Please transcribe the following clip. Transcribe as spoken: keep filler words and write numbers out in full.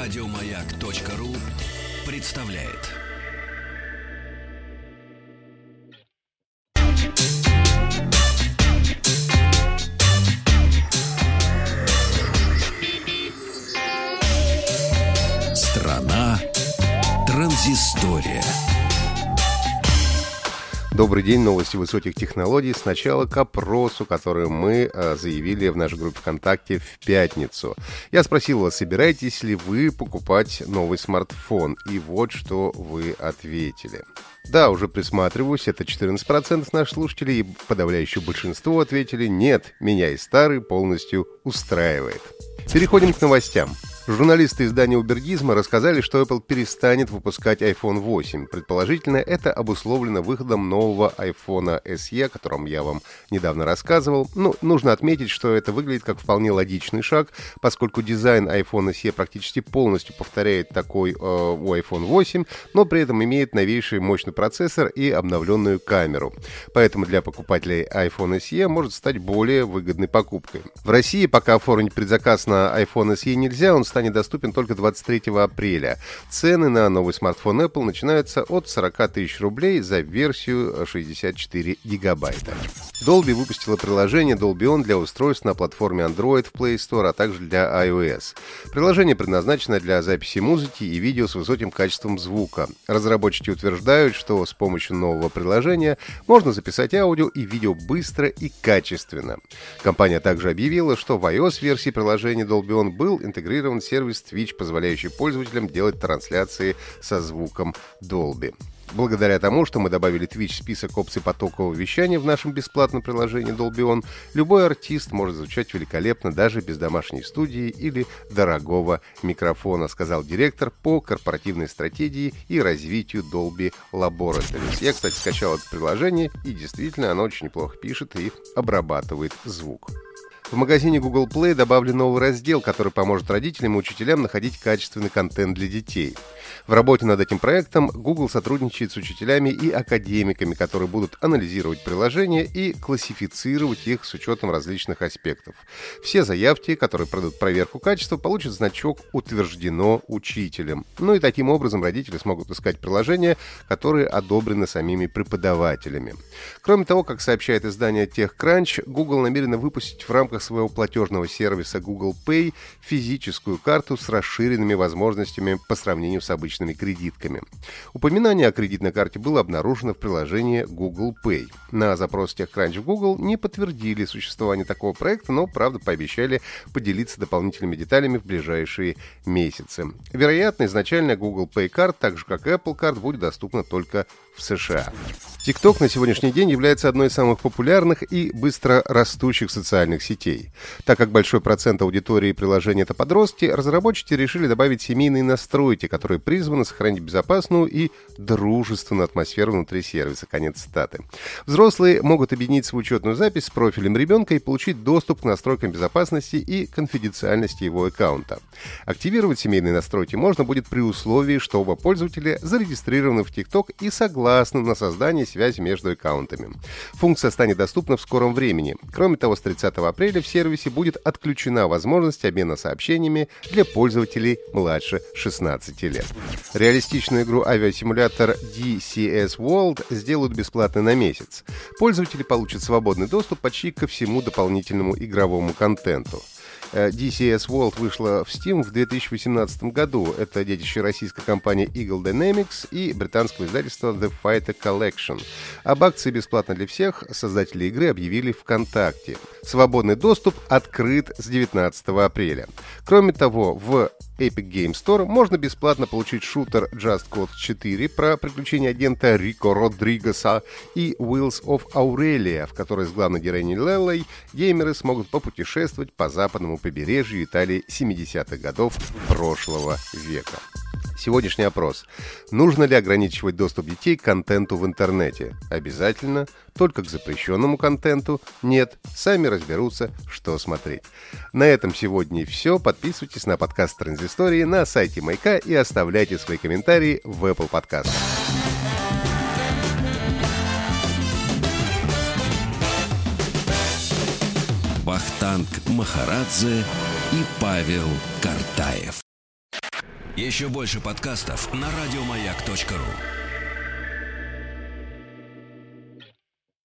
Радиомаяк.ру представляет. Страна транзистория. Добрый день, новости высоких технологий. Сначала к опросу, который мы а, заявили в нашей группе ВКонтакте в пятницу. Я спросил вас, собираетесь ли вы покупать новый смартфон? И вот что вы ответили. Да, уже присматриваюсь, это четырнадцать процентов наших слушателей, и подавляющее большинство ответили: нет, меня и старый полностью устраивает. Переходим к новостям. Журналисты издания Убердизма рассказали, что Apple перестанет выпускать айфон восемь. Предположительно, это обусловлено выходом нового iPhone эс и, о котором я вам недавно рассказывал. Ну, нужно отметить, что это выглядит как вполне логичный шаг, поскольку дизайн iPhone эс и практически полностью повторяет такой э, у айфон восемь, но при этом имеет новейший мощный процессор и обновленную камеру. Поэтому для покупателей iPhone эс и может стать более выгодной покупкой. В России пока оформить предзаказ на iPhone эс и нельзя, он станет доступен только двадцать третьего апреля. Цены на новый смартфон Apple начинаются от сорок тысяч рублей за версию шестьдесят четыре гигабайта. Dolby выпустила приложение Dolby On для устройств на платформе Android в Play Store, а также для iOS. Приложение предназначено для записи музыки и видео с высоким качеством звука. Разработчики утверждают, что с помощью нового приложения можно записать аудио и видео быстро и качественно. Компания также объявила, что в iOS-версии приложения Dolby On был интегрирован сервис Twitch, позволяющий пользователям делать трансляции со звуком Dolby. Благодаря тому, что мы добавили Twitch в список опций потокового вещания в нашем бесплатном приложении Dolby On, любой артист может звучать великолепно даже без домашней студии или дорогого микрофона, сказал директор по корпоративной стратегии и развитию Dolby Laboratories. Я, кстати, скачал это приложение, и действительно оно очень неплохо пишет и обрабатывает звук. В магазине Google Play добавлен новый раздел, который поможет родителям и учителям находить качественный контент для детей. В работе над этим проектом Google сотрудничает с учителями и академиками, которые будут анализировать приложения и классифицировать их с учетом различных аспектов. Все заявки, которые пройдут проверку качества, получат значок «Утверждено учителем». Ну и таким образом родители смогут искать приложения, которые одобрены самими преподавателями. Кроме того, как сообщает издание TechCrunch, Google намерена выпустить в рамках своего платежного сервиса Google Pay физическую карту с расширенными возможностями по сравнению с обычными кредитками. Упоминание о кредитной карте было обнаружено в приложении Google Pay. На запрос TechCrunch в Google не подтвердили существование такого проекта, но, правда, пообещали поделиться дополнительными деталями в ближайшие месяцы. Вероятно, изначально Google Pay Card, так же как и Apple Card, будет доступна только в США. TikTok на сегодняшний день является одной из самых популярных и быстро растущих социальных сетей. Так как большой процент аудитории приложения — это подростки, разработчики решили добавить семейные настройки, которые призваны сохранить безопасную и дружественную атмосферу внутри сервиса. Конец цитаты. Взрослые могут объединить свою учетную запись с профилем ребенка и получить доступ к настройкам безопасности и конфиденциальности его аккаунта. Активировать семейные настройки можно будет при условии, что оба пользователя зарегистрированы в TikTok и согласны на создание связи между аккаунтами. Функция станет доступна в скором времени. Кроме того, с тридцатого апреля в сервисе будет отключена возможность обмена сообщениями для пользователей младше шестнадцати лет. Реалистичную игру авиасимулятор ди си эс World сделают бесплатно на месяц. Пользователи получат свободный доступ почти ко всему дополнительному игровому контенту. ди си эс World вышла в Steam в две тысячи восемнадцатом году. Это детище российской компании Eagle Dynamics и британского издательства The Fighter Collection. Об акции бесплатно для всех создатели игры объявили ВКонтакте. Свободный доступ открыт с девятнадцатого апреля. Кроме того, в Epic Game Store можно бесплатно получить шутер Just Cause четыре про приключения агента Рико Родригеса и Wheels of Aurelia, в которой с главной героиней Леллой геймеры смогут попутешествовать по западному побережью Италии семидесятых годов прошлого века. Сегодняшний опрос. Нужно ли ограничивать доступ детей к контенту в интернете? Обязательно. Только к запрещенному контенту? Нет. Сами разберутся, что смотреть. На этом сегодня все. Подписывайтесь на подкаст Транзистории на сайте Маяка и оставляйте свои комментарии в Apple Podcast. Вахтанг Махарадзе и Павел Картаев. Еще больше подкастов на радиомаяк точка ру.